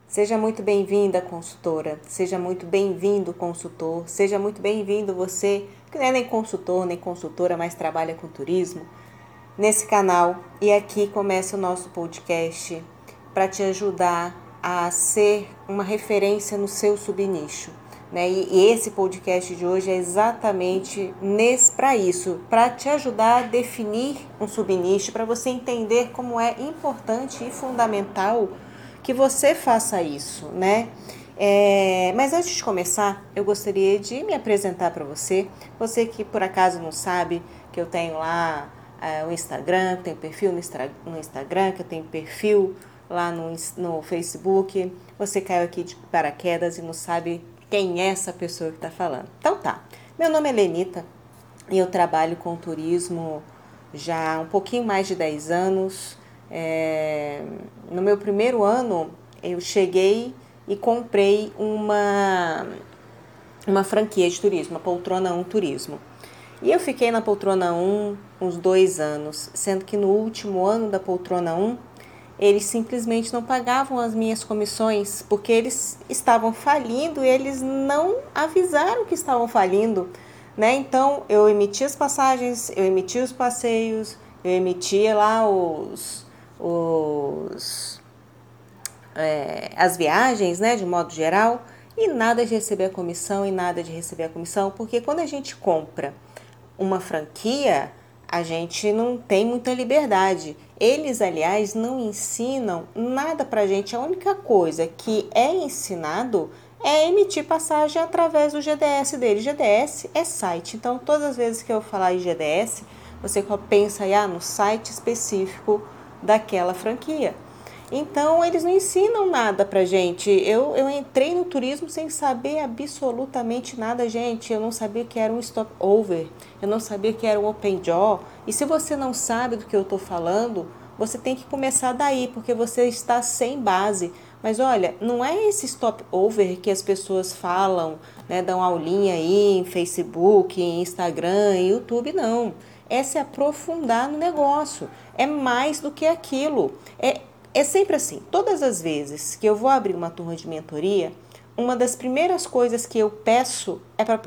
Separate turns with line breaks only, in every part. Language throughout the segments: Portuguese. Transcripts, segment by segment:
Seja muito bem-vinda, consultora. Seja muito bem-vindo, consultor. Seja muito bem-vindo você, que não é nem consultor nem consultora, mas trabalha com turismo, nesse canal. E aqui começa o nosso podcast para te ajudar a ser uma referência no seu subnicho. Né? E esse podcast de hoje é exatamente para isso, para te ajudar a definir um subnicho, para você entender como é importante e fundamental que você faça isso, né? Mas antes de começar, eu gostaria de me apresentar para você. Você que por acaso não sabe que eu tenho lá o Instagram, que eu tenho perfil no Instagram, que eu tenho perfil lá no Facebook. Você caiu aqui de paraquedas e não sabe quem é essa pessoa que está falando. Então tá, meu nome é Lenita e eu trabalho com turismo já há um pouquinho mais de 10 anos. No meu primeiro ano, eu cheguei e comprei uma franquia de turismo, a Poltrona 1 Turismo. E eu fiquei na Poltrona 1 uns 2 anos, sendo que no último ano da Poltrona 1, eles simplesmente não pagavam as minhas comissões, porque eles estavam falindo e eles não avisaram que estavam falindo. Né? Então, eu emitia as passagens, eu emitia os passeios, eu emitia lá as viagens, né, de modo geral, e nada de receber a comissão e nada de receber a comissão, porque quando a gente compra uma franquia, a gente não tem muita liberdade. Eles, aliás, não ensinam nada pra gente. A única coisa que é ensinado é emitir passagem através do GDS dele. GDS é site, então todas as vezes que eu falar em GDS, você pensa aí, no site específico daquela franquia. Então, eles não ensinam nada pra gente. Eu entrei no turismo sem saber absolutamente nada, gente. Eu não sabia que era um stopover, eu não sabia que era um open jaw. E se você não sabe do que eu tô falando, você tem que começar daí, porque você está sem base. Mas olha, não é esse stopover que as pessoas falam, né, dão aulinha aí em Facebook, em Instagram, em YouTube, não. É se aprofundar no negócio. É mais do que aquilo. É sempre assim, todas as vezes que eu vou abrir uma turma de mentoria, uma das primeiras coisas que eu peço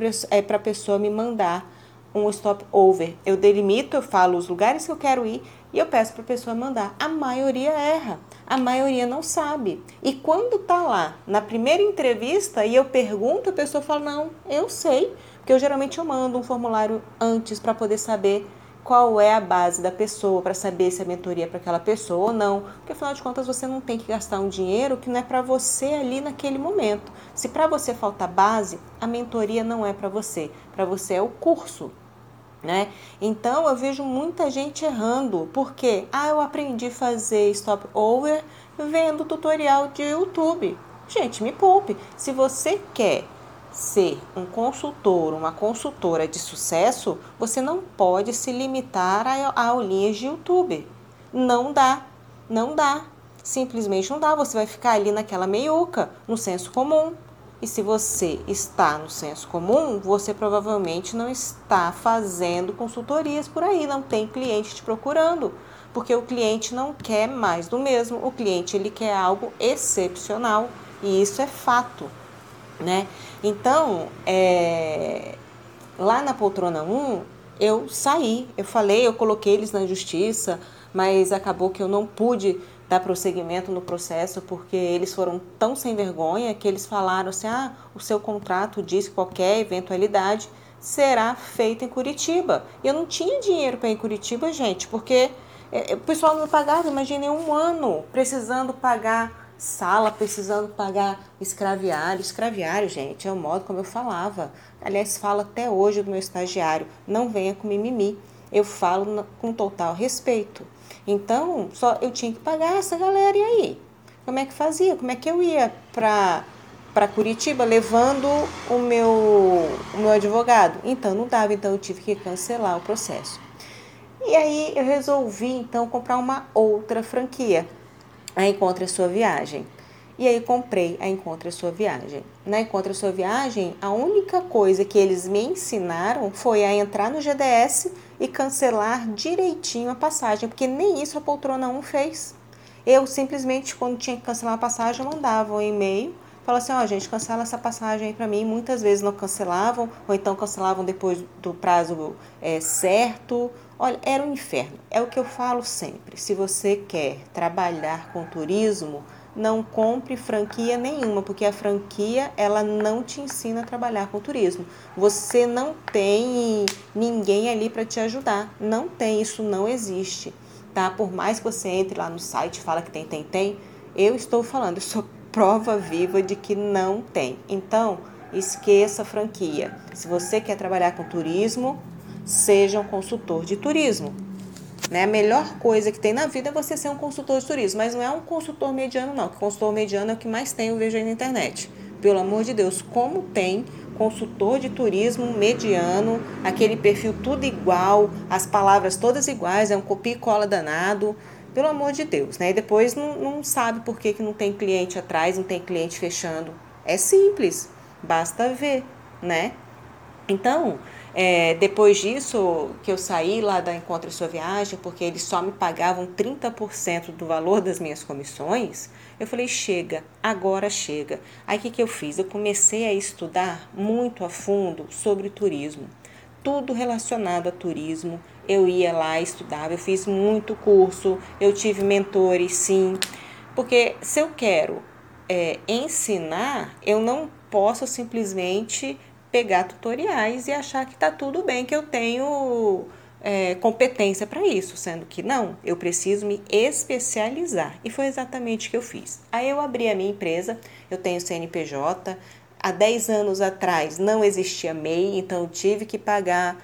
é para a pessoa me mandar um stopover. Eu delimito, eu falo os lugares que eu quero ir e eu peço para a pessoa mandar. A maioria erra, a maioria não sabe. E quando tá lá na primeira entrevista e eu pergunto, a pessoa fala, não, eu sei. Porque geralmente eu mando um formulário antes para poder saber qual é a base da pessoa, para saber se a mentoria é para aquela pessoa ou não, porque afinal de contas você não tem que gastar um dinheiro que não é para você ali naquele momento. Se para você falta base, a mentoria não é para você é o curso. Né? Então eu vejo muita gente errando, porque eu aprendi a fazer stopover vendo tutorial de YouTube. Gente, me poupe. Se você quer ser um consultor, uma consultora de sucesso, você não pode se limitar a aulinhas de YouTube. Não dá, não dá. Simplesmente não dá. Você vai ficar ali naquela meiuca, no senso comum. E se você está no senso comum, você provavelmente não está fazendo consultorias por aí, não tem cliente te procurando, porque o cliente não quer mais do mesmo, o cliente ele quer algo excepcional e isso é fato, né? Então, lá na Poltrona 1, eu saí, eu coloquei eles na justiça, mas acabou que eu não pude dar prosseguimento no processo porque eles foram tão sem vergonha que eles falaram assim, o seu contrato diz que qualquer eventualidade será feita em Curitiba. E eu não tinha dinheiro para ir em Curitiba, gente, porque o pessoal não me pagava, imagine um ano precisando pagar sala, precisando pagar escraviário. Escraviário, gente, é o modo como eu falava. Aliás, falo até hoje do meu estagiário. Não venha com mimimi. Eu falo com total respeito. Então, só eu tinha que pagar essa galera. E aí? Como é que fazia? Como é que eu ia para Curitiba levando o meu advogado? Então, não dava. Então, eu tive que cancelar o processo. E aí, eu resolvi, então, comprar uma outra franquia, a Encontre a Sua Viagem. E aí comprei a Encontre a Sua Viagem. Na Encontre a Sua Viagem, a única coisa que eles me ensinaram foi a entrar no GDS e cancelar direitinho a passagem, porque nem isso a Poltrona 1 fez. Eu simplesmente, quando tinha que cancelar uma passagem, eu mandava um e-mail, falava assim, ó, gente, cancela essa passagem aí pra mim. Muitas vezes não cancelavam, ou então cancelavam depois do prazo certo. Olha, era um inferno. É o que eu falo sempre. Se você quer trabalhar com turismo, não compre franquia nenhuma, porque a franquia ela não te ensina a trabalhar com turismo. Você não tem ninguém ali para te ajudar. Não tem, isso não existe. Tá? Por mais que você entre lá no site e fala que tem, eu estou falando, eu sou prova viva de que não tem. Então, esqueça a franquia. Se você quer trabalhar com turismo, seja um consultor de turismo. Né? A melhor coisa que tem na vida é você ser um consultor de turismo, mas não é um consultor mediano, não. O consultor mediano é o que mais tem, eu vejo aí na internet. Pelo amor de Deus, como tem consultor de turismo mediano, aquele perfil tudo igual, as palavras todas iguais, é um copia e cola danado. Pelo amor de Deus, né? E depois não sabe por que não tem cliente atrás, não tem cliente fechando. É simples, basta ver, né? Então, depois disso que eu saí lá da Encontre Sua Viagem, porque eles só me pagavam 30% do valor das minhas comissões, eu falei, chega, agora chega. Aí o que eu fiz? Eu comecei a estudar muito a fundo sobre turismo. Tudo relacionado a turismo, eu ia lá, estudava, eu fiz muito curso, eu tive mentores, sim. Porque se eu quero ensinar, eu não posso simplesmente pegar tutoriais e achar que está tudo bem, que eu tenho competência para isso, sendo que não, eu preciso me especializar. E foi exatamente o que eu fiz. Aí eu abri a minha empresa, eu tenho CNPJ, há 10 anos atrás não existia MEI, então eu tive que pagar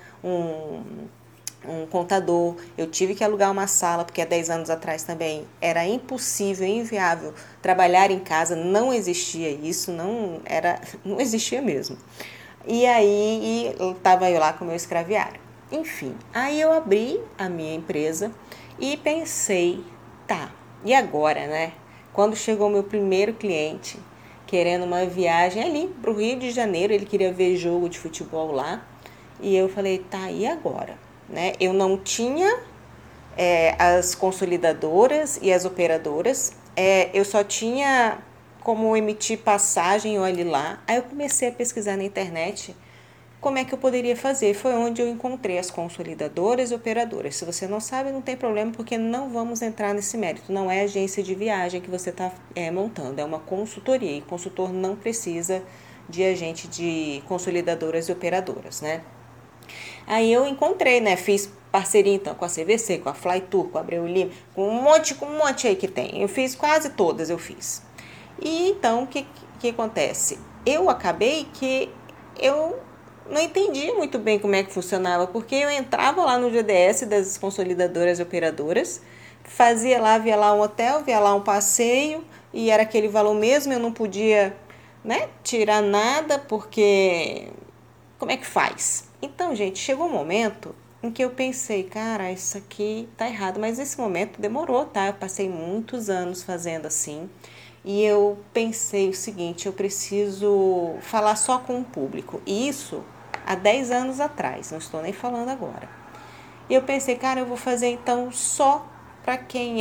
um contador, eu tive que alugar uma sala, porque há 10 anos atrás também era impossível, inviável trabalhar em casa, não existia isso, não existia mesmo. E aí estava eu lá com o meu escraviário. Enfim, aí eu abri a minha empresa e pensei, tá, e agora, né? Quando chegou o meu primeiro cliente, querendo uma viagem ali para o Rio de Janeiro, ele queria ver jogo de futebol lá, e eu falei, tá, e agora? Né? Eu não tinha as consolidadoras e as operadoras, eu só tinha como emitir passagem, olhe lá. Aí eu comecei a pesquisar na internet como é que eu poderia fazer. Foi onde eu encontrei as consolidadoras e operadoras. Se você não sabe, não tem problema, porque não vamos entrar nesse mérito. Não é agência de viagem que você está montando, é uma consultoria. E consultor não precisa de agente de consolidadoras e operadoras, né? Aí eu encontrei, né? Fiz parceria então com a CVC, com a Flytour, com a Abreu Lima, com um monte aí que tem. Eu fiz quase todas, eu fiz. E então, o que acontece? Eu acabei que eu não entendi muito bem como é que funcionava, porque eu entrava lá no GDS das consolidadoras e operadoras, fazia lá, via lá um hotel, via lá um passeio, e era aquele valor mesmo, eu não podia, né, tirar nada, porque como é que faz? Então, gente, chegou um momento em que eu pensei, cara, isso aqui tá errado, mas esse momento demorou, tá? Eu passei muitos anos fazendo assim. E eu pensei o seguinte, eu preciso falar só com o público. E isso há 10 anos atrás, não estou nem falando agora. E eu pensei, cara, eu vou fazer então só para quem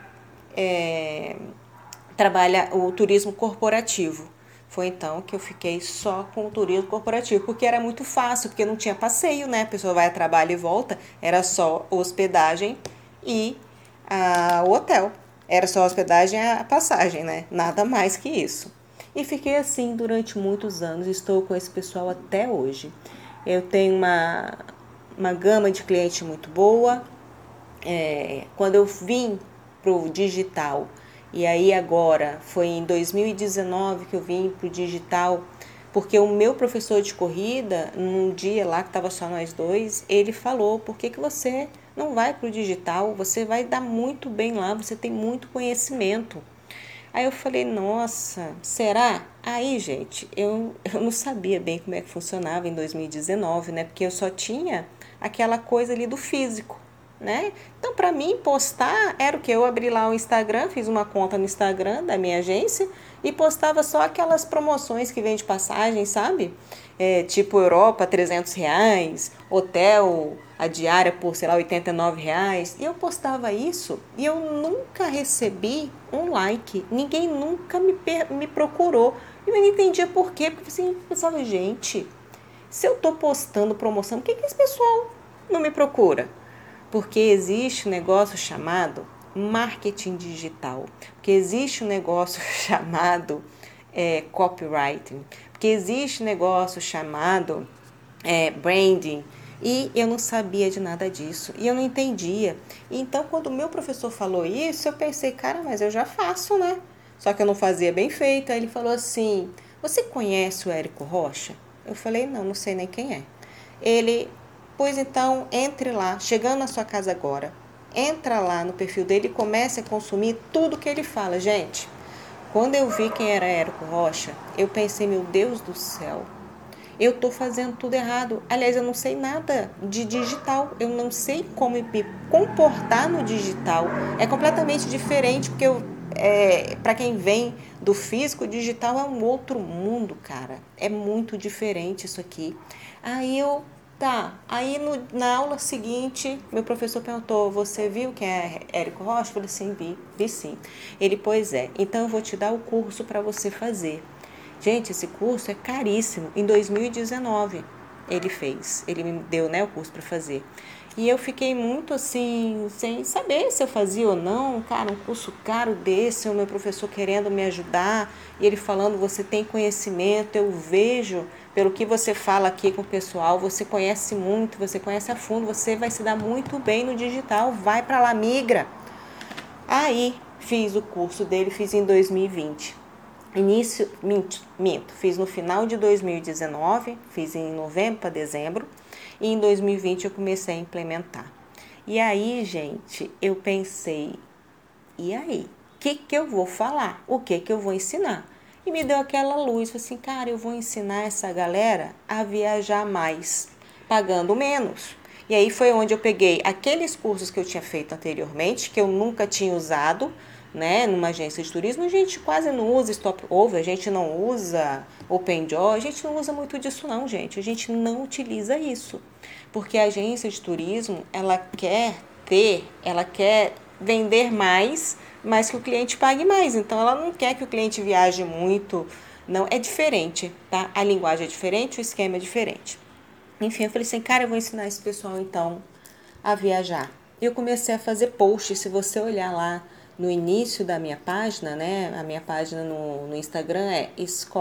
trabalha o turismo corporativo. Foi então que eu fiquei só com o turismo corporativo, porque era muito fácil, porque não tinha passeio, né? A pessoa vai a trabalho e volta, era só hospedagem e o hotel. Era só hospedagem e a passagem, né? Nada mais que isso. E fiquei assim durante muitos anos, estou com esse pessoal até hoje. Eu tenho uma gama de cliente muito boa. Quando eu vim pro digital, e aí agora foi em 2019 que eu vim pro digital, porque o meu professor de corrida, num dia lá que estava só nós dois, ele falou, por que você não vai pro digital? Você vai dar muito bem lá, você tem muito conhecimento. Aí eu falei, nossa, será? Aí, gente, eu não sabia bem como é que funcionava em 2019, né? Porque eu só tinha aquela coisa ali do físico. né? Então, para mim, postar era o que? Eu abri lá o Instagram, fiz uma conta no Instagram da minha agência e postava só aquelas promoções que vem de passagem, sabe? Tipo Europa, R$ 300, hotel, a diária por, sei lá, R$ 89. E eu postava isso e eu nunca recebi um like. Ninguém nunca me procurou. E eu não entendia por quê, porque assim, eu pensava, gente, se eu tô postando promoção, por que esse pessoal não me procura? Porque existe um negócio chamado marketing digital, porque existe um negócio chamado copywriting, porque existe um negócio chamado branding, e eu não sabia de nada disso, e eu não entendia. E então, quando o meu professor falou isso, eu pensei, cara, mas eu já faço, né? Só que eu não fazia bem feito. Aí ele falou assim, você conhece o Érico Rocha? Eu falei, não, não sei nem quem é. Ele, pois então, entre lá, chegando na sua casa agora, entra lá no perfil dele e comece a consumir tudo que ele fala. Gente, quando eu vi quem era Érico Rocha, eu pensei, meu Deus do céu, eu estou fazendo tudo errado. Aliás, eu não sei nada de digital. Eu não sei como me comportar no digital. É completamente diferente, porque para quem vem do físico, o digital é um outro mundo, cara. É muito diferente isso aqui. Aí eu Tá, aí na aula seguinte, meu professor perguntou, você viu quem é Érico Rocha? Eu falei, sim, vi sim. Ele, pois é, então eu vou te dar o curso para você fazer. Gente, esse curso é caríssimo. Em 2019 ele fez, ele me deu, né, o curso para fazer. E eu fiquei muito assim, sem saber se eu fazia ou não. Cara, um curso caro desse, o meu professor querendo me ajudar e ele falando: você tem conhecimento, eu vejo pelo que você fala aqui com o pessoal, você conhece muito, você conhece a fundo, você vai se dar muito bem no digital, vai para lá, migra. Aí fiz o curso dele, fiz em 2020. Minto, fiz no final de 2019, fiz em novembro para dezembro, e em 2020 eu comecei a implementar. E aí, gente, eu pensei, e aí? O que eu vou falar? O que eu vou ensinar? E me deu aquela luz, falei assim, cara, eu vou ensinar essa galera a viajar mais, pagando menos. E aí foi onde eu peguei aqueles cursos que eu tinha feito anteriormente, que eu nunca tinha usado, né, numa agência de turismo. A gente quase não usa Stopover, a gente não usa OpenJoy, a gente não usa muito disso não, gente. A gente não utiliza isso. Porque a agência de turismo, ela quer vender mais, mas que o cliente pague mais. Então ela não quer que o cliente viaje muito. Não, é diferente, tá? A linguagem é diferente, o esquema é diferente. Enfim, eu falei assim, cara, eu vou ensinar esse pessoal então a viajar. Eu comecei a fazer posts, se você olhar lá no início da minha página, né? A minha página no Instagram é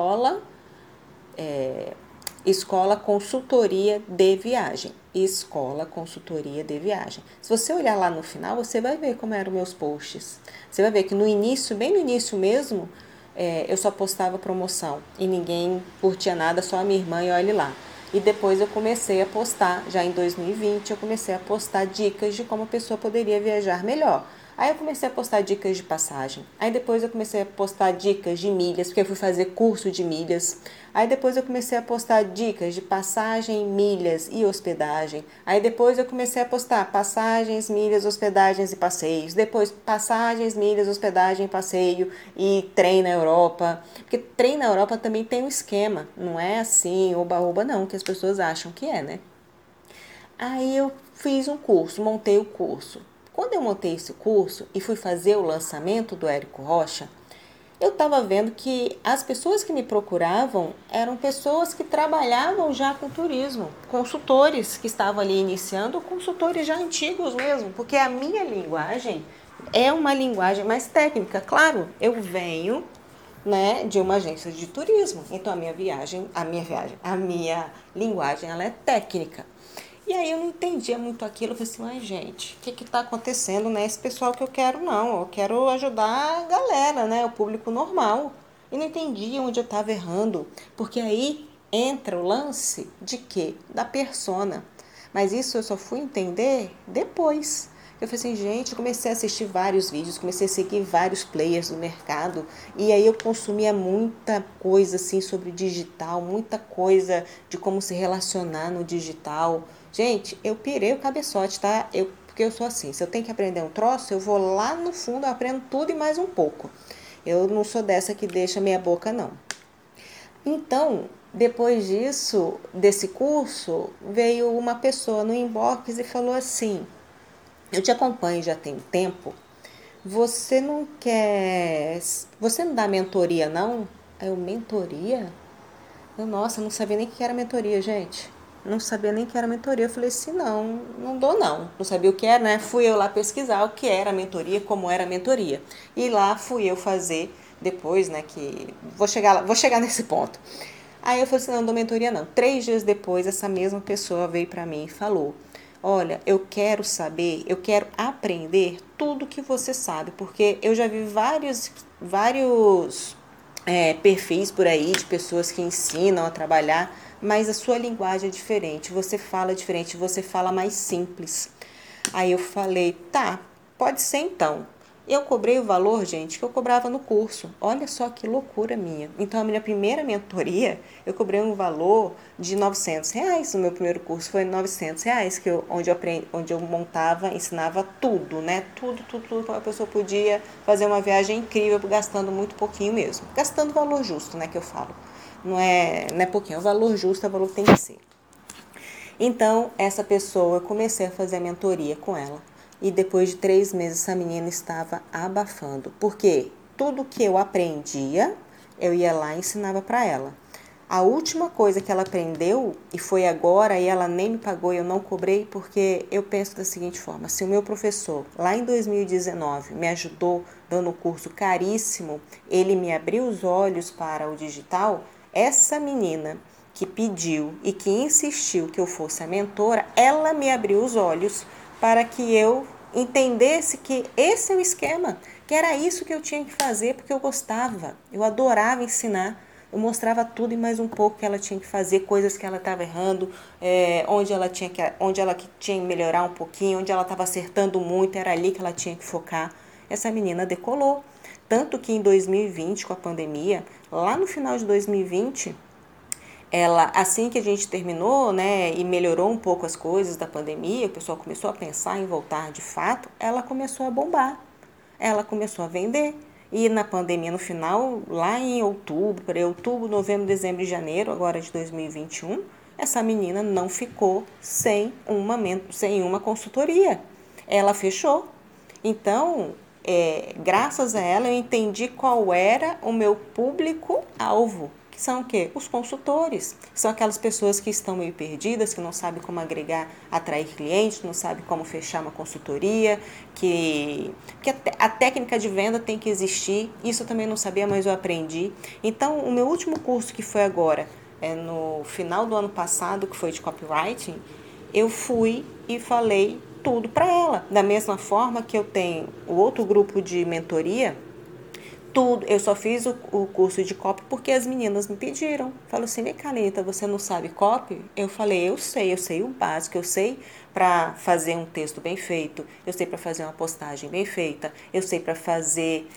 Escola Consultoria de Viagem. Escola Consultoria de Viagem. Se você olhar lá no final, você vai ver como eram meus posts. Você vai ver que no início, bem no início mesmo, eu só postava promoção e ninguém curtia nada, só a minha irmã e olhe lá. E depois eu comecei a postar, já em 2020, eu comecei a postar dicas de como a pessoa poderia viajar melhor. Aí eu comecei a postar dicas de passagem. Aí depois eu comecei a postar dicas de milhas, porque eu fui fazer curso de milhas. Aí depois eu comecei a postar dicas de passagem, milhas e hospedagem. Aí depois eu comecei a postar passagens, milhas, hospedagens e passeios. Depois passagens, milhas, hospedagem, passeio e trem na Europa. Porque trem na Europa também tem um esquema. Não é assim, oba-oba não, que as pessoas acham que é, né? Aí eu fiz um curso, montei o curso. Quando eu montei esse curso e fui fazer o lançamento do Érico Rocha, eu estava vendo que as pessoas que me procuravam eram pessoas que trabalhavam já com turismo, consultores que estavam ali iniciando, consultores já antigos mesmo, porque a minha linguagem é uma linguagem mais técnica. Claro, eu venho, né, de uma agência de turismo, então a minha linguagem ela é técnica. E aí eu não entendia muito aquilo, eu falei assim, mas gente, o que está acontecendo, né? Esse pessoal que eu quero não, eu quero ajudar a galera, né? O público normal. E não entendia onde eu estava errando, porque aí entra o lance de quê? Da persona. Mas isso eu só fui entender depois. Eu falei assim, gente, eu comecei a assistir vários vídeos, comecei a seguir vários players do mercado e aí eu consumia muita coisa assim sobre digital, muita coisa de como se relacionar no digital. Gente, eu pirei o cabeçote, tá? porque eu sou assim, se eu tenho que aprender um troço, eu vou lá no fundo, eu aprendo tudo e mais um pouco. Eu não sou dessa que deixa meia boca, não. Então, depois disso, desse curso, veio uma pessoa no inbox e falou assim: eu te acompanho já tem tempo, você não quer. Você não dá mentoria, não? Aí eu, mentoria? Nossa, eu não sabia nem o que era mentoria, gente. Não sabia nem o que era mentoria. Eu falei assim, não, não dou não. Não sabia o que era, né? Fui eu lá pesquisar o que era a mentoria, como era a mentoria. E lá fui eu fazer depois, né, que vou chegar nesse ponto. Aí eu falei assim, não dou mentoria não. 3 dias depois, essa mesma pessoa veio para mim e falou: olha, eu quero saber, eu quero aprender tudo que você sabe, porque eu já vi vários perfis por aí de pessoas que ensinam a trabalhar, mas a sua linguagem é diferente, você fala diferente, você fala mais simples. Aí eu falei, tá, pode ser então. Eu cobrei o valor, gente, que eu cobrava no curso. Olha só que loucura minha. Então, a minha primeira mentoria, eu cobrei um valor de R$ 900. O meu primeiro curso foi R$ 900, onde eu montava, ensinava tudo, né? Tudo. A pessoa podia fazer uma viagem incrível, gastando muito pouquinho mesmo. Gastando o valor justo, né, que eu falo. Não é pouquinho, é o valor justo, é o valor que tem que ser. Então, essa pessoa, eu comecei a fazer a mentoria com ela. E depois de 3 meses, essa menina estava abafando. Porque tudo que eu aprendia, eu ia lá e ensinava para ela. A última coisa que ela aprendeu, e foi agora, e ela nem me pagou e eu não cobrei, porque eu penso da seguinte forma: se o meu professor, lá em 2019, me ajudou dando um curso caríssimo, ele me abriu os olhos para o digital, essa menina que pediu e que insistiu que eu fosse a mentora, ela me abriu os olhos para que eu entendesse que esse é o esquema, que era isso que eu tinha que fazer, porque eu gostava, eu adorava ensinar. Eu mostrava tudo e mais um pouco que ela tinha que fazer, coisas que ela estava errando, onde ela tinha que melhorar um pouquinho, onde ela estava acertando muito, era ali que ela tinha que focar. Essa menina decolou. Tanto que em 2020, com a pandemia, lá no final de 2020, ela, assim que a gente terminou, né, e melhorou um pouco as coisas da pandemia, o pessoal começou a pensar em voltar de fato, ela começou a bombar. Ela começou a vender. E na pandemia, no final, lá em outubro, novembro, dezembro e janeiro, agora de 2021, essa menina não ficou sem uma consultoria. Ela fechou. Então, graças a ela, eu entendi qual era o meu público-alvo, que são o quê? Os consultores. São aquelas pessoas que estão meio perdidas, que não sabem como agregar, atrair clientes, não sabem como fechar uma consultoria, que a técnica de venda tem que existir. Isso eu também não sabia, mas eu aprendi. Então, o meu último curso, que foi agora, no final do ano passado, que foi de copywriting, eu fui e falei tudo para ela. Da mesma forma que eu tenho o outro grupo de mentoria, tudo. Eu só fiz o curso de copy porque as meninas me pediram. Falou assim, vem cá, Lenita, você não sabe copy? Eu falei, eu sei o básico, eu sei para fazer um texto bem feito, eu sei para fazer uma postagem bem feita, eu sei para fazer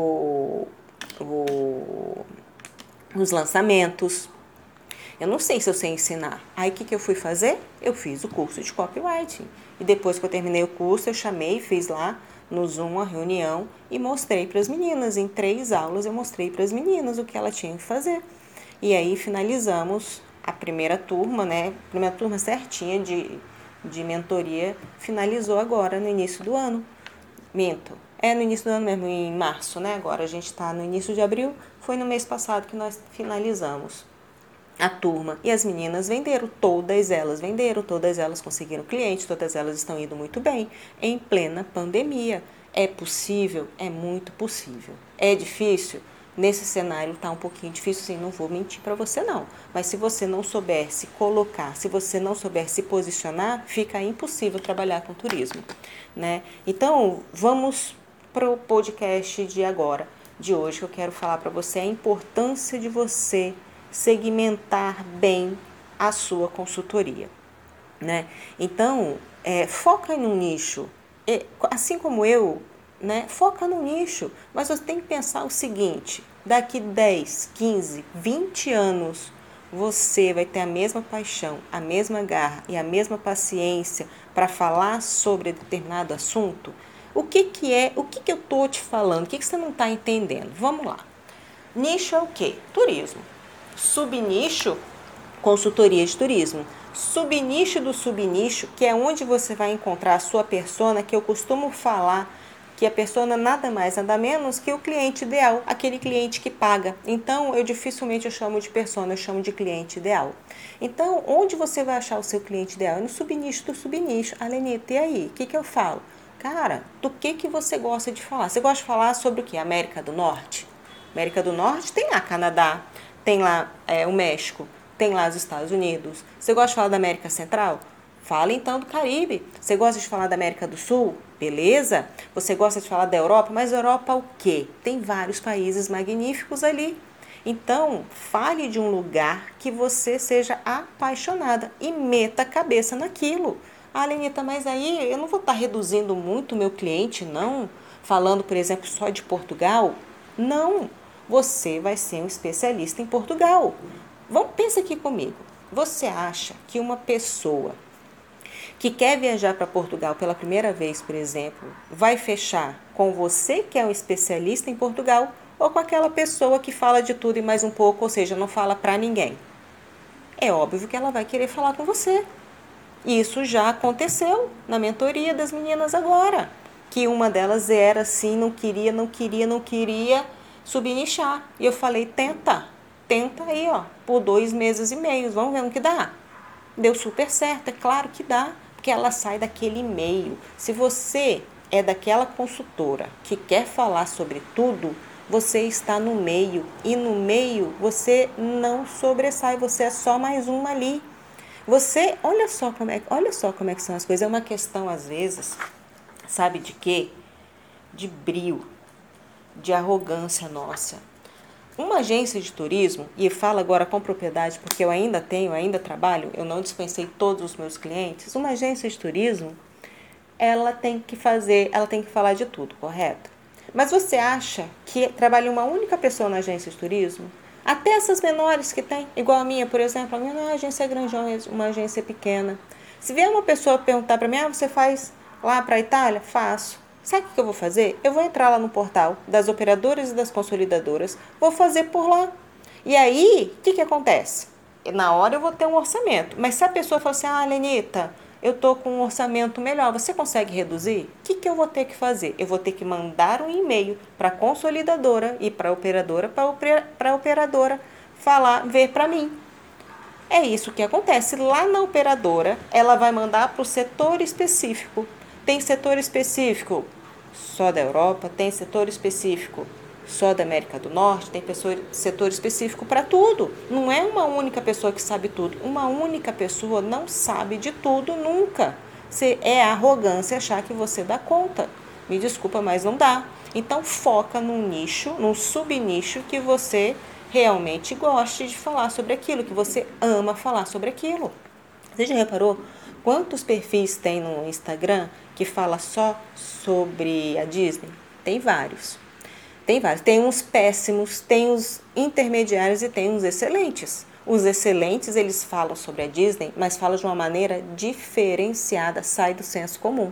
os lançamentos. Eu não sei se eu sei ensinar. Aí o que eu fui fazer? Eu fiz o curso de copywriting. E depois que eu terminei o curso, eu chamei, fiz lá no Zoom uma reunião e mostrei para as meninas. Em 3 aulas eu mostrei para as meninas o que ela tinha que fazer. E aí finalizamos a primeira turma, né? A primeira turma certinha de mentoria finalizou agora no início do ano. Minto. É no início do ano mesmo, em março, né? Agora a gente está no início de abril. Foi no mês passado que nós finalizamos a turma. E as meninas venderam, todas elas conseguiram clientes, todas elas estão indo muito bem em plena pandemia. É possível? É muito possível. É difícil? Nesse cenário está um pouquinho difícil, sim, não vou mentir para você não. Mas se você não souber se colocar, se você não souber se posicionar, fica impossível trabalhar com turismo, né? Então, vamos para o podcast de agora, de hoje, que eu quero falar para você a importância de você segmentar bem a sua consultoria, né? Então, foca em um nicho, assim como eu, né? Foca no nicho, mas você tem que pensar o seguinte: daqui 10, 15, 20 anos, você vai ter a mesma paixão, a mesma garra e a mesma paciência para falar sobre determinado assunto? O que eu estou te falando? O que você não está entendendo? Vamos lá. Nicho é o quê? Turismo. Subnicho, consultoria de turismo. Subnicho do subnicho, que é onde você vai encontrar a sua persona, que eu costumo falar que a persona nada mais, nada menos que o cliente ideal, aquele cliente que paga. Então, dificilmente eu chamo de persona, eu chamo de cliente ideal. Então, onde você vai achar o seu cliente ideal? É no subnicho do subnicho. Lenita, e aí? O que eu falo? Cara, do que você gosta de falar? Você gosta de falar sobre o quê? América do Norte? América do Norte tem lá Canadá, tem lá o México, tem lá os Estados Unidos. Você gosta de falar da América Central? Fala então do Caribe. Você gosta de falar da América do Sul? Beleza? Você gosta de falar da Europa? Mas Europa o quê? Tem vários países magníficos ali. Então, fale de um lugar que você seja apaixonada e meta a cabeça naquilo. Lenita, mas aí eu não vou estar reduzindo muito o meu cliente, não? Falando, por exemplo, só de Portugal? Não, você vai ser um especialista em Portugal. Pensa aqui comigo. Você acha que uma pessoa que quer viajar para Portugal pela primeira vez, por exemplo, vai fechar com você que é um especialista em Portugal ou com aquela pessoa que fala de tudo e mais um pouco, ou seja, não fala para ninguém? É óbvio que ela vai querer falar com você. Isso já aconteceu na mentoria das meninas agora, que uma delas era assim, não queria subnichar. E eu falei, tenta aí, ó, por 2 meses e meio, vamos ver no que dá. Deu super certo, é claro que dá, porque ela sai daquele meio. Se você é daquela consultora que quer falar sobre tudo, você está no meio, e no meio você não sobressai, você é só mais uma ali. Olha só como é que são as coisas. É uma questão, às vezes, sabe de quê? De brio, de arrogância nossa. Uma agência de turismo, e falo agora com propriedade porque eu ainda trabalho, eu não dispensei todos os meus clientes. Uma agência de turismo, ela tem que falar de tudo, correto? Mas você acha que trabalha uma única pessoa na agência de turismo? Até essas menores que tem, igual a minha, por exemplo, a minha não é uma agência grande, é uma agência pequena. Se vier uma pessoa perguntar para mim, você faz lá para a Itália? Faço. Sabe o que eu vou fazer? Eu vou entrar lá no portal das operadoras e das consolidadoras, vou fazer por lá. E aí, o que acontece? Na hora eu vou ter um orçamento, mas se a pessoa falar assim, Lenita, eu estou com um orçamento melhor, você consegue reduzir? O que eu vou ter que fazer? Eu vou ter que mandar um e-mail para a consolidadora e para a operadora ver para mim. É isso que acontece. Lá na operadora, ela vai mandar para o setor específico. Tem setor específico só da Europa, tem setor específico só da América do Norte, tem setor específico para tudo. Não é uma única pessoa que sabe tudo. Uma única pessoa não sabe de tudo nunca. É arrogância achar que você dá conta. Me desculpa, mas não dá. Então foca num nicho, num subnicho que você realmente goste de falar sobre aquilo, que você ama falar sobre aquilo. Você já reparou quantos perfis tem no Instagram que fala só sobre a Disney? Tem vários. Tem uns péssimos, tem os intermediários e tem uns excelentes. Os excelentes, eles falam sobre a Disney, mas falam de uma maneira diferenciada, sai do senso comum.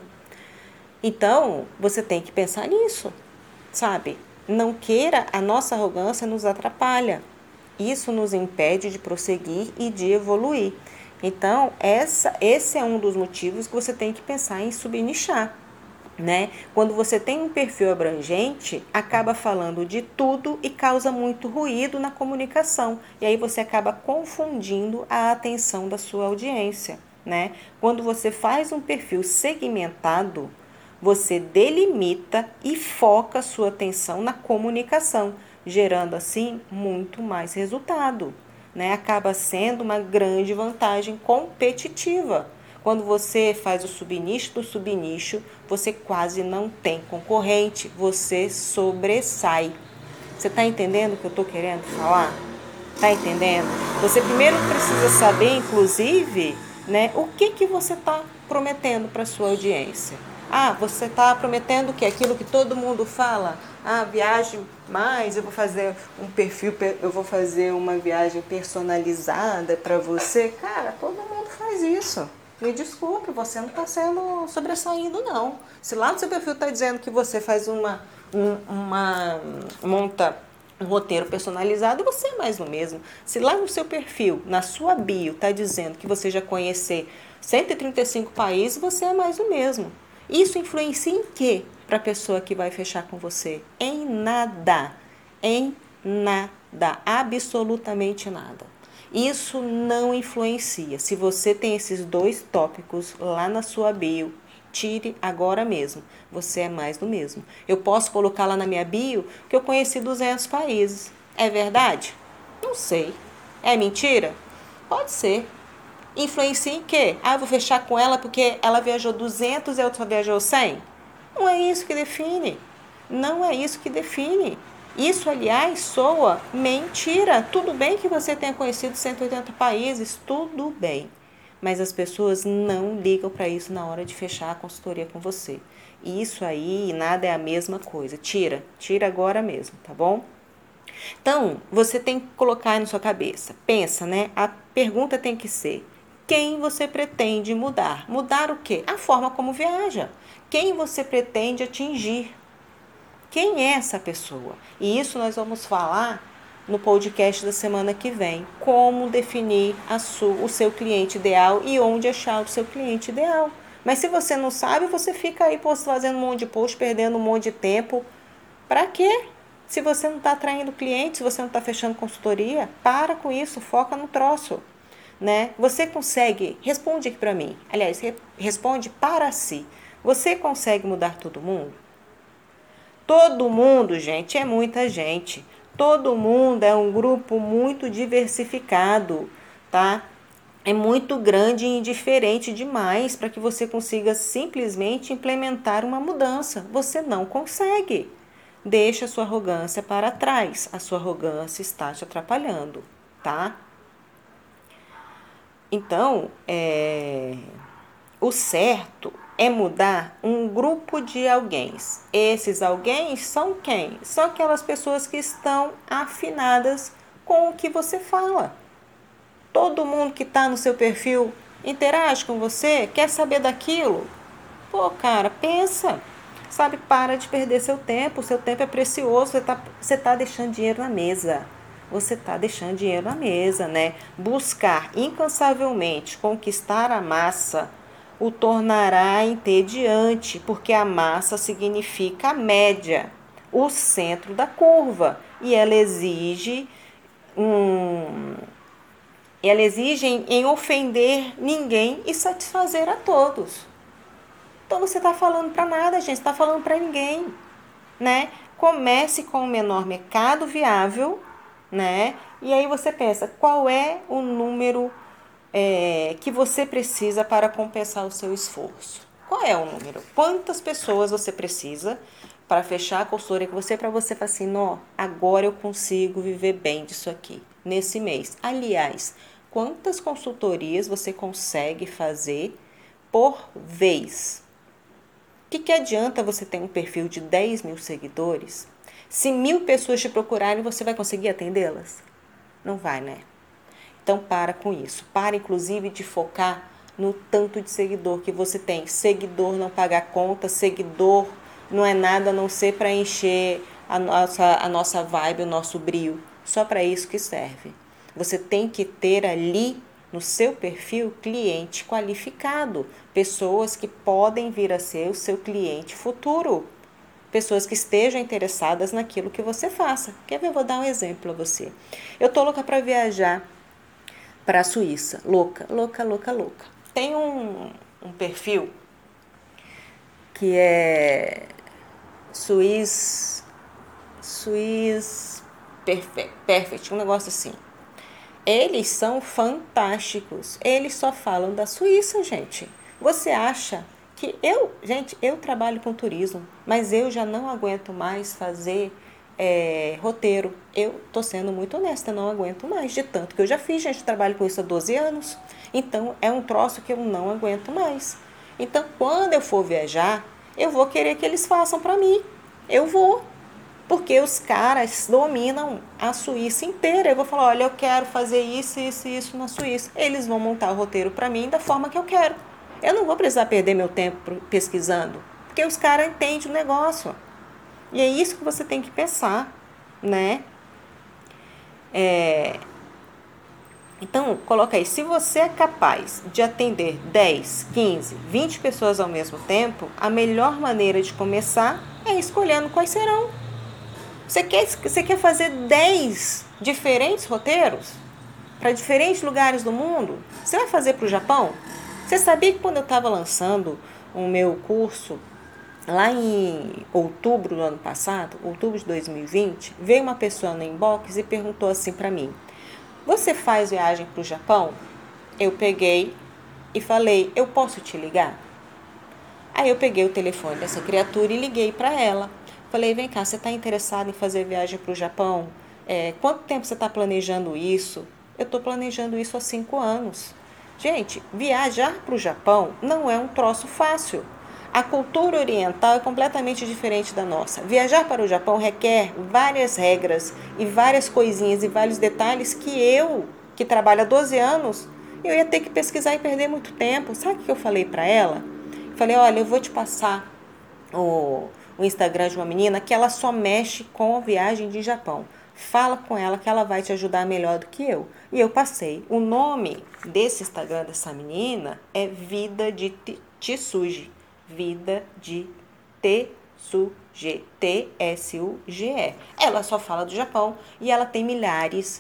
Então, você tem que pensar nisso, sabe? Não queira, a nossa arrogância nos atrapalha. Isso nos impede de prosseguir e de evoluir. Então, esse é um dos motivos que você tem que pensar em subnichar. Né? Quando você tem um perfil abrangente, acaba falando de tudo e causa muito ruído na comunicação. E aí você acaba confundindo a atenção da sua audiência. Né? Quando você faz um perfil segmentado, você delimita e foca a sua atenção na comunicação, gerando assim muito mais resultado. Né? Acaba sendo uma grande vantagem competitiva. Quando você faz o subnicho do subnicho, você quase não tem concorrente, você sobressai. Você está entendendo o que eu estou querendo falar? Está entendendo? Você primeiro precisa saber, inclusive, né, o que você está prometendo para a sua audiência. Você está prometendo que aquilo que todo mundo fala? viagem mais, eu vou fazer um perfil, eu vou fazer uma viagem personalizada para você. Cara, todo mundo faz isso. Me desculpe, você não está sendo sobressaído, não. Se lá no seu perfil está dizendo que você faz monta um roteiro personalizado, você é mais do mesmo. Se lá no seu perfil, na sua bio, está dizendo que você já conhece 135 países, você é mais do mesmo. Isso influencia em quê para a pessoa que vai fechar com você? Em nada. Em nada. Absolutamente nada. Isso não influencia. Se você tem esses 2 tópicos lá na sua bio, tire agora mesmo. Você é mais do mesmo. Eu posso colocar lá na minha bio que eu conheci 200 países. É verdade? Não sei. É mentira? Pode ser. Influencia em quê? Eu vou fechar com ela porque ela viajou 200 e a outra só viajou 100? Não é isso que define. Não é isso que define. Isso, aliás, soa mentira. Tudo bem que você tenha conhecido 180 países, tudo bem. Mas as pessoas não ligam para isso na hora de fechar a consultoria com você. Isso aí, nada é a mesma coisa. Tira agora mesmo, tá bom? Então, você tem que colocar aí na sua cabeça. Pensa, né? A pergunta tem que ser: quem você pretende mudar? Mudar o quê? A forma como viaja. Quem você pretende atingir? Quem é essa pessoa? E isso nós vamos falar no podcast da semana que vem. Como definir o seu cliente ideal e onde achar o seu cliente ideal. Mas se você não sabe, você fica aí fazendo um monte de post, perdendo um monte de tempo. Para quê? Se você não está atraindo clientes, se você não está fechando consultoria, para com isso, foca no troço. Né? Você consegue, responde aqui para mim, aliás, responde para si. Você consegue mudar todo mundo? Todo mundo, gente, é muita gente. Todo mundo é um grupo muito diversificado, tá? É muito grande e indiferente demais para que você consiga simplesmente implementar uma mudança. Você não consegue. Deixa a sua arrogância para trás. A sua arrogância está te atrapalhando, tá? Então, o certo é mudar um grupo de alguém. Esses alguém são quem? São aquelas pessoas que estão afinadas com o que você fala. Todo mundo que está no seu perfil interage com você, quer saber daquilo? Pô, cara, pensa. Sabe, para de perder seu tempo. Seu tempo é precioso. Você tá deixando dinheiro na mesa. Você está deixando dinheiro na mesa, né? Buscar incansavelmente conquistar a massa o tornará entediante, porque a massa significa a média, o centro da curva, e ela exige em ofender ninguém e satisfazer a todos. Então você está falando para nada, gente, está falando para ninguém, né? Comece com o menor mercado viável, né? E aí você pensa, qual é o número que você precisa para compensar o seu esforço? Qual é o número? Quantas pessoas você precisa para fechar a consultoria com você, para você falar assim, não, agora eu consigo viver bem disso aqui, nesse mês. Aliás, quantas consultorias você consegue fazer por vez? O que adianta você ter um perfil de 10 mil seguidores? Se 1.000 pessoas te procurarem, você vai conseguir atendê-las? Não vai, né? Então, para com isso. Para, inclusive, de focar no tanto de seguidor que você tem. Seguidor não paga conta, seguidor não é nada a não ser para encher a nossa vibe, o nosso brio. Só para isso que serve. Você tem que ter ali no seu perfil cliente qualificado, pessoas que podem vir a ser o seu cliente futuro, pessoas que estejam interessadas naquilo que você faça. Quer ver? Eu vou dar um exemplo para você. Eu tô louca para viajar para a Suíça, louca. Tem um perfil que é Swiss Perfect, um negócio assim. Eles são fantásticos. Eles só falam da Suíça, gente. Você acha que eu trabalho com turismo, mas eu já não aguento mais fazer roteiro. Eu tô sendo muito honesta, não aguento mais, de tanto que eu já fiz, gente, trabalho com isso há 12 anos. Então, é um troço que eu não aguento mais. Então, quando eu for viajar, eu vou querer que eles façam para mim. Eu vou. Porque os caras dominam a Suíça inteira. Eu vou falar, olha, eu quero fazer isso, isso e isso na Suíça. Eles vão montar o roteiro para mim da forma que eu quero. Eu não vou precisar perder meu tempo pesquisando, porque os caras entendem o negócio. E é isso que você tem que pensar, né? Então, coloca aí, se você é capaz de atender 10, 15, 20 pessoas ao mesmo tempo, a melhor maneira de começar é escolhendo quais serão. Você quer fazer 10 diferentes roteiros para diferentes lugares do mundo? Você vai fazer para o Japão? Você sabia que quando eu estava lançando o meu curso, lá em outubro do ano passado, outubro de 2020, veio uma pessoa no inbox e perguntou assim para mim: você faz viagem para o Japão? Eu peguei e falei: eu posso te ligar? Aí eu peguei o telefone dessa criatura e liguei para ela. Falei: vem cá, você está interessado em fazer viagem para o Japão? Quanto tempo você está planejando isso? Eu estou planejando isso há 5 anos. Gente, viajar para o Japão não é um troço fácil. A cultura oriental é completamente diferente da nossa. Viajar para o Japão requer várias regras e várias coisinhas e vários detalhes que eu, que trabalho há 12 anos, eu ia ter que pesquisar e perder muito tempo. Sabe o que eu falei para ela? Falei: olha, eu vou te passar o Instagram de uma menina que ela só mexe com a viagem de Japão. Fala com ela que ela vai te ajudar melhor do que eu. E eu passei. O nome desse Instagram dessa menina é Vida de Tsuji. Vida de Tsuji. Tsuge. Ela só fala do Japão e ela tem milhares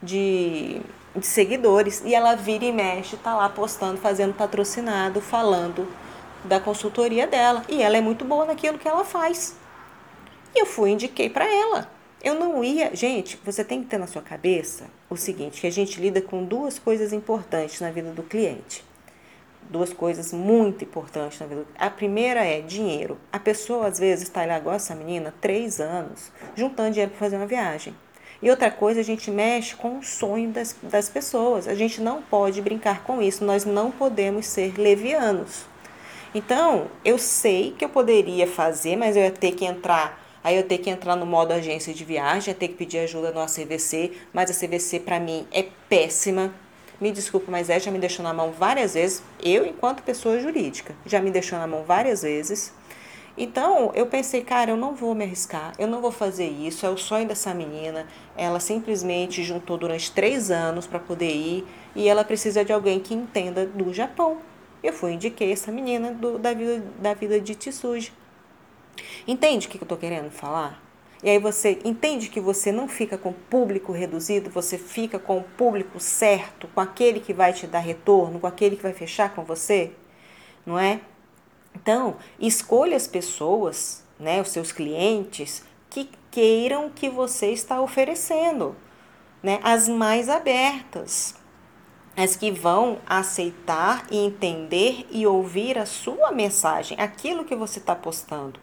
de seguidores. E ela vira e mexe, tá lá postando, fazendo patrocinado, falando da consultoria dela. E ela é muito boa naquilo que ela faz. E eu fui e indiquei para ela. Eu não ia... Gente, você tem que ter na sua cabeça o seguinte, que a gente lida com duas coisas importantes na vida do cliente. Duas coisas muito importantes na vida. A primeira é dinheiro. A pessoa, às vezes, está lá, igual essa menina, 3 anos, juntando dinheiro para fazer uma viagem. E outra coisa, a gente mexe com o sonho das pessoas. A gente não pode brincar com isso. Nós não podemos ser levianos. Então, eu sei que eu poderia fazer, mas eu ia ter que entrar... Aí eu ia ter que entrar no modo agência de viagem, ia ter que pedir ajuda no ACVC, mas a CVC para mim é péssima. Me desculpa, mas já me deixou na mão várias vezes. Eu, enquanto pessoa jurídica, já me deixou na mão várias vezes. Então, eu pensei, cara, eu não vou me arriscar, eu não vou fazer isso, é o sonho dessa menina. Ela simplesmente juntou durante 3 anos para poder ir e ela precisa de alguém que entenda do Japão. Eu fui e indiquei essa menina da vida de Tsuji. Entende o que eu estou querendo falar? E aí você entende que você não fica com o público reduzido, você fica com o público certo, com aquele que vai te dar retorno, com aquele que vai fechar com você, não é? Então, escolha as pessoas, né, os seus clientes, que queiram o que você está oferecendo, né, as mais abertas, as que vão aceitar e entender e ouvir a sua mensagem, aquilo que você está postando.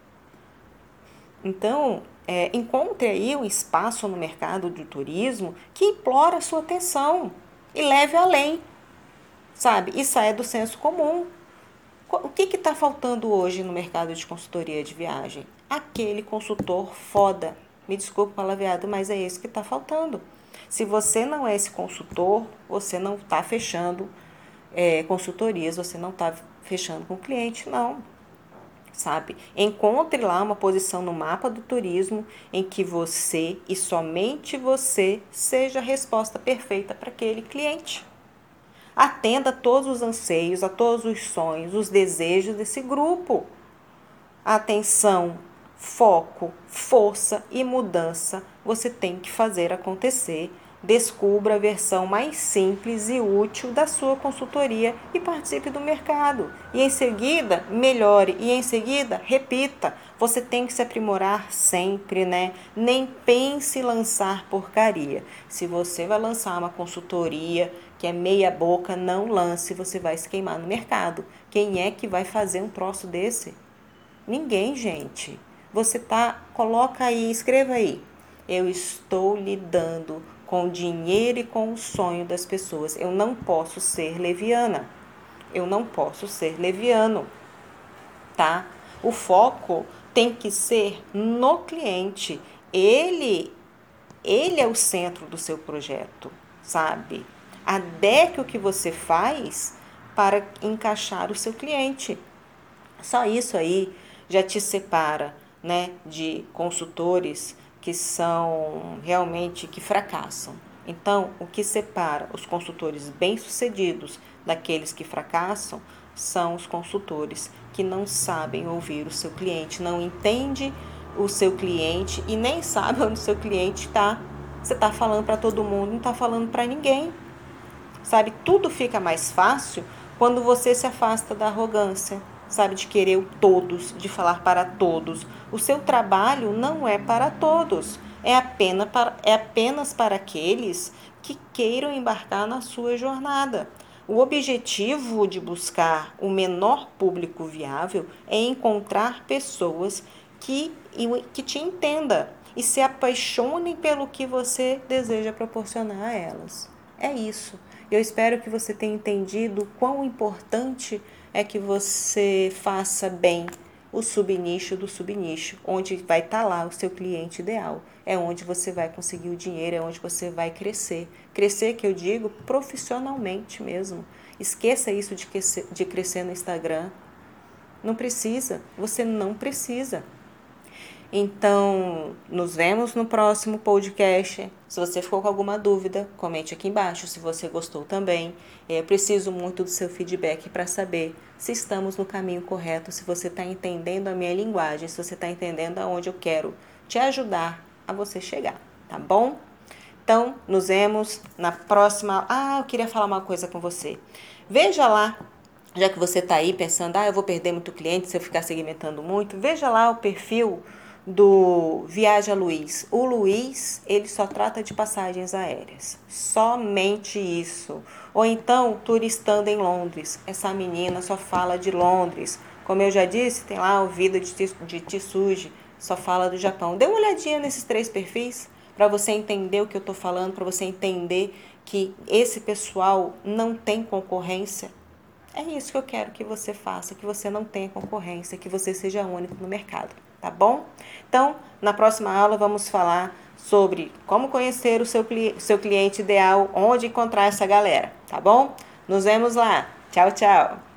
Então, encontre aí um espaço no mercado de turismo que implora a sua atenção e leve além, sabe? E saia do senso comum. O que está faltando hoje no mercado de consultoria de viagem? Aquele consultor foda. Me desculpe o palavreado, mas é isso que está faltando. Se você não é esse consultor, você não está fechando consultorias, você não está fechando com o cliente, não. Sabe? Encontre lá uma posição no mapa do turismo em que você e somente você seja a resposta perfeita para aquele cliente. Atenda a todos os anseios, a todos os sonhos, os desejos desse grupo. Atenção, foco, força e mudança você tem que fazer acontecer. Descubra a versão mais simples e útil da sua consultoria e participe do mercado. E em seguida, melhore. E em seguida, repita. Você tem que se aprimorar sempre, né? Nem pense em lançar porcaria. Se você vai lançar uma consultoria que é meia boca, não lance, você vai se queimar no mercado. Quem é que vai fazer um troço desse? Ninguém, gente. Coloca aí, escreva aí. Eu estou lidando com o dinheiro e com o sonho das pessoas. Eu não posso ser leviana. Eu não posso ser leviano, tá? O foco tem que ser no cliente. Ele é o centro do seu projeto, sabe? Adeque o que você faz para encaixar o seu cliente. Só isso aí já te separa, né, de consultores que são realmente que fracassam. Então, o que separa os consultores bem-sucedidos daqueles que fracassam são os consultores que não sabem ouvir o seu cliente, não entende o seu cliente e nem sabe onde o seu cliente está. Você está falando para todo mundo, não está falando para ninguém. Sabe, tudo fica mais fácil quando você se afasta da arrogância, sabe, de querer o todos, de falar para todos. O seu trabalho não é para todos, é apenas para aqueles que queiram embarcar na sua jornada. O objetivo de buscar o menor público viável é encontrar pessoas que te entenda e se apaixonem pelo que você deseja proporcionar a elas. É isso. Eu espero que você tenha entendido quão importante é que você faça bem o subnicho do subnicho, onde vai estar lá o seu cliente ideal. É onde você vai conseguir o dinheiro, é onde você vai crescer. Crescer, que eu digo, profissionalmente mesmo. Esqueça isso de crescer no Instagram. Não precisa, você não precisa. Então, nos vemos no próximo podcast. Se você ficou com alguma dúvida, comente aqui embaixo. Se você gostou também, eu preciso muito do seu feedback para saber se estamos no caminho correto, se você está entendendo a minha linguagem, se você está entendendo aonde eu quero te ajudar a você chegar, tá bom? Então, nos vemos na próxima. Eu queria falar uma coisa com você. Veja lá, já que você está aí pensando, eu vou perder muito cliente se eu ficar segmentando muito, veja lá o perfil do Viaja Luiz. O Luiz, ele só trata de passagens aéreas. Somente isso. Ou então, turistando em Londres. Essa menina só fala de Londres. Como eu já disse, tem lá o Vida de Tsuji, só fala do Japão. Dê uma olhadinha nesses 3 perfis para você entender o que eu estou falando, para você entender que esse pessoal não tem concorrência. É isso que eu quero que você faça, que você não tenha concorrência, que você seja único no mercado, tá bom? Então, na próxima aula vamos falar sobre como conhecer o seu cliente ideal, onde encontrar essa galera, tá bom? Nos vemos lá. Tchau, tchau!